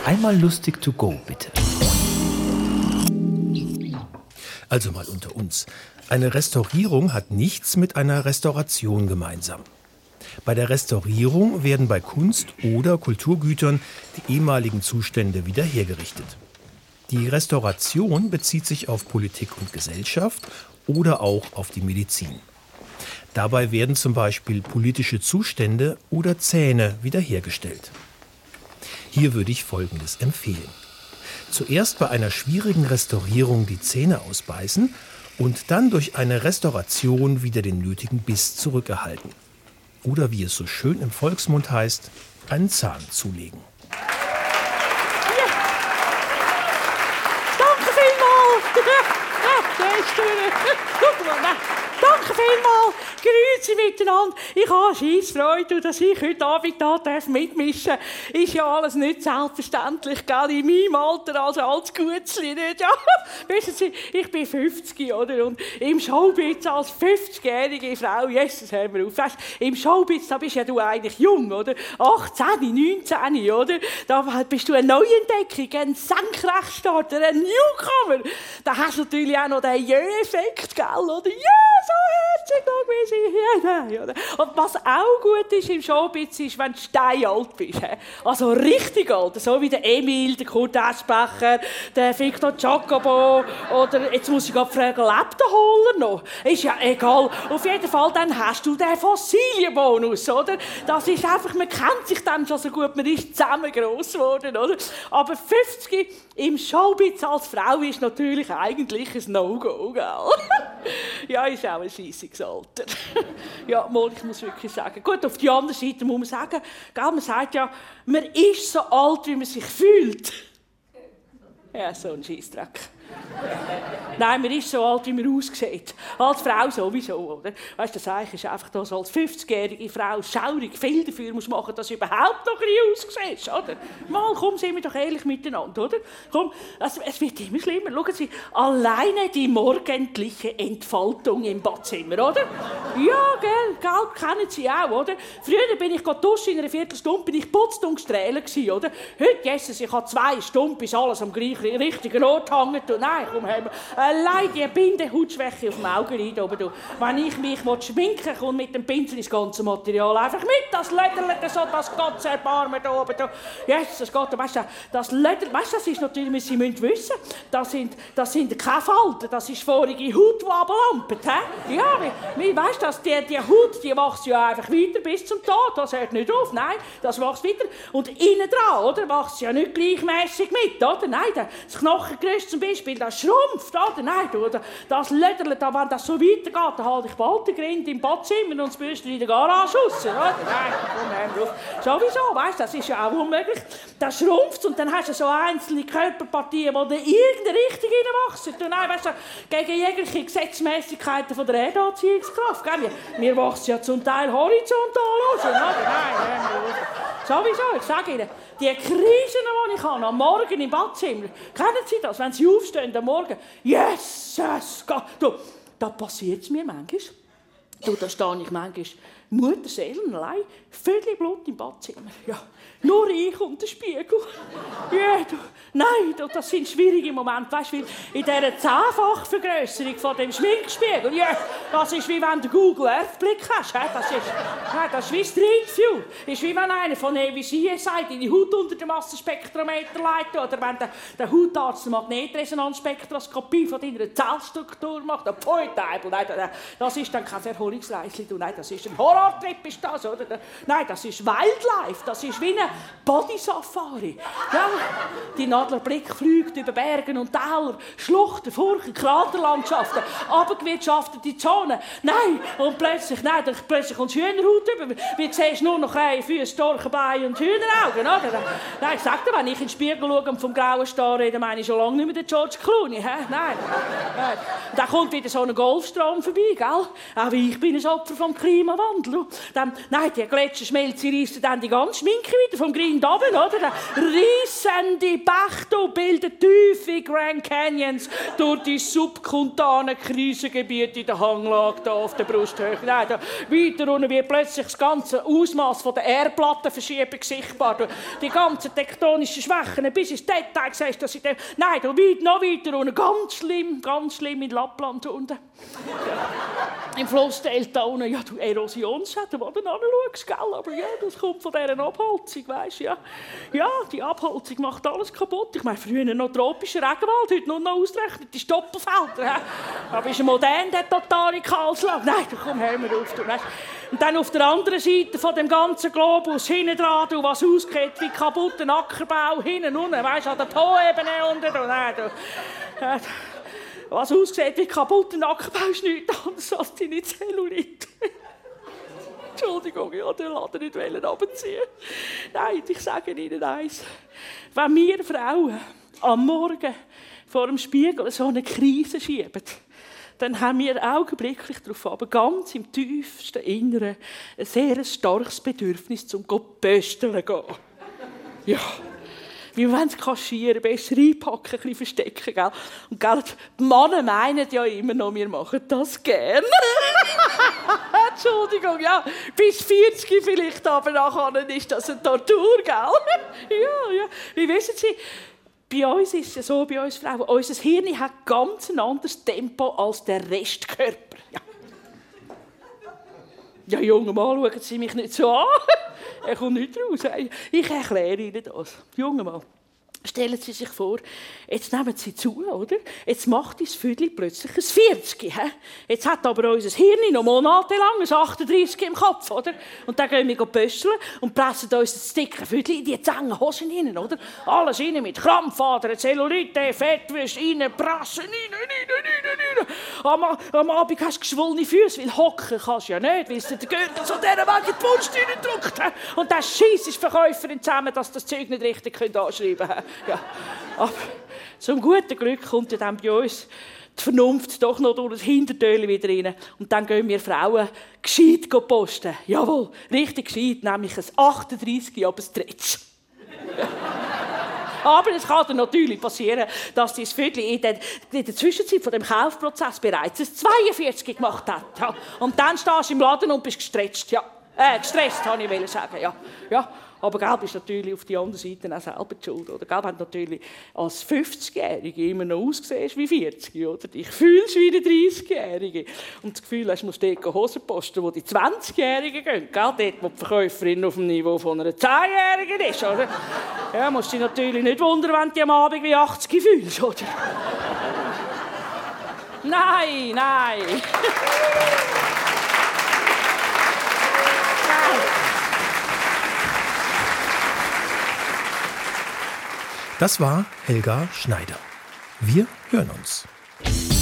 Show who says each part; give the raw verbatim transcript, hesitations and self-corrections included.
Speaker 1: Einmal lustig to go, bitte. Also mal unter uns. Eine Restaurierung hat nichts mit einer Restauration gemeinsam. Bei der Restaurierung werden bei Kunst oder Kulturgütern die ehemaligen Zustände wieder hergerichtet. Die Restauration bezieht sich auf Politik und Gesellschaft oder auch auf die Medizin. Dabei werden zum Beispiel politische Zustände oder Zähne wiederhergestellt. Hier würde ich Folgendes empfehlen. Zuerst bei einer schwierigen Restaurierung die Zähne ausbeißen und dann durch eine Restauration wieder den nötigen Biss zurückerhalten. Oder wie es so schön im Volksmund heißt, einen Zahn zulegen.
Speaker 2: Ja. Danke vielmals! Der ist schön. Guck mal, danke vielmals! Grüezi miteinander. Ich habe Scheissfreude, dass ich heute Abend hier mitmischen darf. Ist ja alles nicht selbstverständlich, gell? In meinem Alter als altes Gutzli nicht. Ja. Wissen Sie, ich bin fünfzig, oder? Und im Showbiz als fünfzigjährige Frau, Jesus, hör mir auf. Weißt, im Showbiz, da bist ja du eigentlich jung, oder? achtzehn, neunzehn, oder? Da bist du eine Neuentdeckung, ein Senkrechtstarter, ein Newcomer. Da hast du natürlich auch noch den Jö-Effekt, gell? Oder? Ja, so herzig, schau, wie sie hier. Und was auch gut ist im Showbiz, ist, wenn du steinalt bist. Also richtig alt, so wie der Emil, der Kurt Aschbacher, der Victor Giacobo oder, jetzt muss ich gerade fragen, lebt der Holler noch? Ist ja egal. Auf jeden Fall, dann hast du den Fossilienbonus, oder? Das ist einfach, man kennt sich dann schon so gut, man ist zusammen gross geworden, oder? Aber fünfzig im Showbiz als Frau ist natürlich eigentlich ein No-Go, gell? Ja, ist auch ein scheissiges Alter. Ja, mal, ich muss wirklich sagen. Gut, auf der anderen Seite muss man sagen, gell, man sagt ja, man ist so alt, wie man sich fühlt. Ja, so ein Scheissdreck. Nein, man ist so alt, wie man aussieht. Als Frau sowieso, oder? Weißt du, das eigentlich ist einfach da so als fünfzigjährige Frau schaurig viel dafür muss machen, dass du überhaupt noch ein bisschen aussiehst, oder? Mal, komm, sind wir doch ehrlich miteinander, oder? Komm, es, es wird immer schlimmer. Schauen Sie, alleine die morgendliche Entfaltung im Badzimmer, oder? Ja, gell, gell, kennen Sie auch, oder? Früher bin ich duschen, in einer Viertelstunde bin ich putzt gestrählt gewesen, oder? Heute, Jesus, ich habe zwei Stunden, bis alles am gleichen, richtigen Ort hängt. Nein, komm, haben wir allein die Bindehautschwäche auf dem Augenlid oben. Du. Wenn ich mich schminken kommt mit dem Pinsel das ganze Material einfach mit. Das Löderle, so das Gott erbarmen da oben. Du. Yes, das geht. Weißt du, das Löderle, weißt du, das ist natürlich, Sie müssen wissen, das sind, das sind keine Falten, das ist vorige Haut, die runterlampt. Ja, wie, wie, weißt du, die, die Haut, die wächst ja einfach weiter bis zum Tod. Das hört nicht auf. Nein, das wächst weiter. Und innen dran, oder, wächst ja nicht gleichmäßig mit, oder? Nein, das Knochengerüst zum Beispiel, das schrumpft, oder? Nein, du, das Löderle, da, wenn das so weitergeht, dann halte ich bald den Grind im Badzimmer und das Bürstchen in der Garage raus, oder? Nein, komm, hör auf. Sowieso, weißt du, das ist ja auch unmöglich. Das schrumpft und dann hast du so einzelne Körperpartien, die da irgendeine Richtung reinwachsen. Du, nein, weißt du, gegen jegliche Gesetzmäßigkeiten von der Erdanziehungskraft, gell? Wir, wir wachsen ja zum Teil horizontal raus, oder? Nein, hör auf. Sowieso, ich sage Ihnen, die Krisen, die ich habe, am Morgen im Badzimmer, kennen Sie das, wenn Sie aufstehen am Morgen? Yes, yes, Gott. Du, da passiert es mir manchmal. Du, da stehe ich manchmal Mutterseelen allein, völlig Blut im Badzimmer. Ja, nur ich und der Spiegel. Ja, du, nein, du, das sind schwierige Momente. Weißt du, in dieser zehnfach-Vergrösserung von dem Schminkspiegel, ja, das ist wie wenn du Google Earth Blick hast. Das ist, ja, das ist wie Street View. Das ist wie wenn einer von A V C sagt, deine Haut unter dem Massenspektrometer leitet. Oder wenn der, der Hautarzt eine Magnetresonanzspektroskopie von deiner Zellstruktur macht. Der Pfui Teufel, nein, das ist dann kein Erholungsleistung. Nein, das ist ein Horrortrip, ist das, oder? Nein, das ist Wildlife. Das ist wie eine Body-Safari. Ja, die Nadlerblick fliegt über Bergen und Täler, Schluchten, Furchen, Kraterlandschaften, abgewirtschaftete Zonen. Nein, und plötzlich, nein, dann plötzlich kommt Hühnerhaut über. Wie siehst du nur noch Reihe, Füße, Storchenbeine und Hühneraugen, oder? Nein, ich sag dir, wenn ich in den Spiegel schaue und vom grauen Star rede, meine ich schon lange nicht mehr den George Clooney. He? Nein. Nein. Da kommt wieder so ein Golfstrom vorbei, gell? Auch ich bin ein Opfer vom Klimawandel. Schwindel. Dann, nein, die Gletscherschmelze reissen dann die ganze Schminke wieder vom Grind runter, oder? Dann reissen die Bäche bilden tiefe Grand Canyons durch die subkuntanen Krisengebiete in der Hanglage da auf der Brusthöhe. Nein, da weiter unten wird plötzlich das ganze Ausmaß der Erdplattenverschiebung sichtbar. Die ganzen tektonischen Schwächen bis ins Detail siehst, dass ich dem... Nein, da weit, noch weiter unten. Ganz schlimm, ganz schlimm in Lappland unten. Im Flussdelta unten. Ja, du Erosionsschäden, wo du anschaust, gell? Aber ja, das kommt von dieser Abholzung, weisst du, ja. Ja, die Abholzung macht alles kaputt. Ich meine, früher noch tropischer Regenwald, heute nur noch ausgerechnet die Stoppelfelder. Aber ist modern, der totale Kahlschlag. Nein, da komm, hör mir auf, du, weißt. Und dann auf der anderen Seite von dem ganzen Globus, hinten dran, du, was ausgeht wie kaputter Ackerbau, hinten unten, weisst du, an der Po-Ebene unten, du, nein, du. Äh, was aussieht wie kaputter Ackerbau, ist nichts anderes als deine Zellulite. Entschuldigung, ich wollte den Laden nicht runterziehen. Nein, ich sage Ihnen eins. Wenn wir Frauen am Morgen vor dem Spiegel so eine Krise schieben, dann haben wir augenblicklich darauf, aber ganz im tiefsten Inneren ein sehr starkes Bedürfnis, zum Pösteln zu gehen. Ja. Wir wollen es kaschieren, besser einpacken, ein bisschen verstecken, gell? Und gell, die Männer meinen ja immer noch, wir machen das gern. Entschuldigung, ja, bis vierzig vielleicht, aber nachher ist das eine Tortur, gell? Ja, ja. Wie wissen Sie, bei uns ist es so, bei uns Frauen, unser Hirn hat ganz ein anderes Tempo als der Restkörper. Ja, ja, junger Mann, schauen Sie mich nicht so an. Er kommt nicht raus. Ich erkläre Ihnen das. Junger Mann, stellen Sie sich vor, jetzt nehmen Sie zu, oder? Jetzt macht das Viertel plötzlich ein vierzig. He? Jetzt hat aber unser Hirn noch monatelang ein achtunddreißig im Kopf, oder? Und dann gehen wir pösteln und pressen uns das dicke Viertel in die engen Hosen rein, oder? Alles rein mit Krampfadern, Zellulite, Fettwürste, rein, pressen, rein, rein, rein, rein. Am, am Abend hast du geschwollene Füße, weil hocken kannst du ja nicht, weil es der Gürtel so dieser Weg in die Wunst reindrückt. Und dann scheisst die Verkäuferin zusammen, dass das Zeug nicht richtig anschreiben können. Ja. Aber zum guten Glück kommt ja dann bei uns die Vernunft doch noch durch das Hintertürchen wieder rein. Und dann gehen wir Frauen gescheit posten. Jawohl, richtig gescheit, nämlich ein achtunddreißig, aber ein Tretsch. Ja. Aber es kann dann natürlich passieren, dass das Viertel in der, in der Zwischenzeit von dem Kaufprozess bereits ein zweiundvierzig gemacht hat. Ja. Und dann stehst du im Laden und bist gestretcht. Ja. Äh, gestresst, wollte ich sagen. Ja. Ja. Aber Gelb ist natürlich auf die andere Seite auch selber die Schuld. Oder? Gelb hat natürlich als fünfzigjährige immer noch ausgesehen wie vierzig. Oder? Ich fühle es wie eine dreißigjährige. Und das Gefühl hast, du musst dort Hosen posten, wo die zwanzigjährigen gehen. Gell? Dort, wo die Verkäuferin auf dem Niveau von einer zehnjährigen ist. Oder? Ja, musst dich natürlich nicht wundern, wenn du dich am Abend wie achtzig fühlst. Oder? Nein, nein. Nein.
Speaker 1: Das war Helga Schneider. Wir hören uns.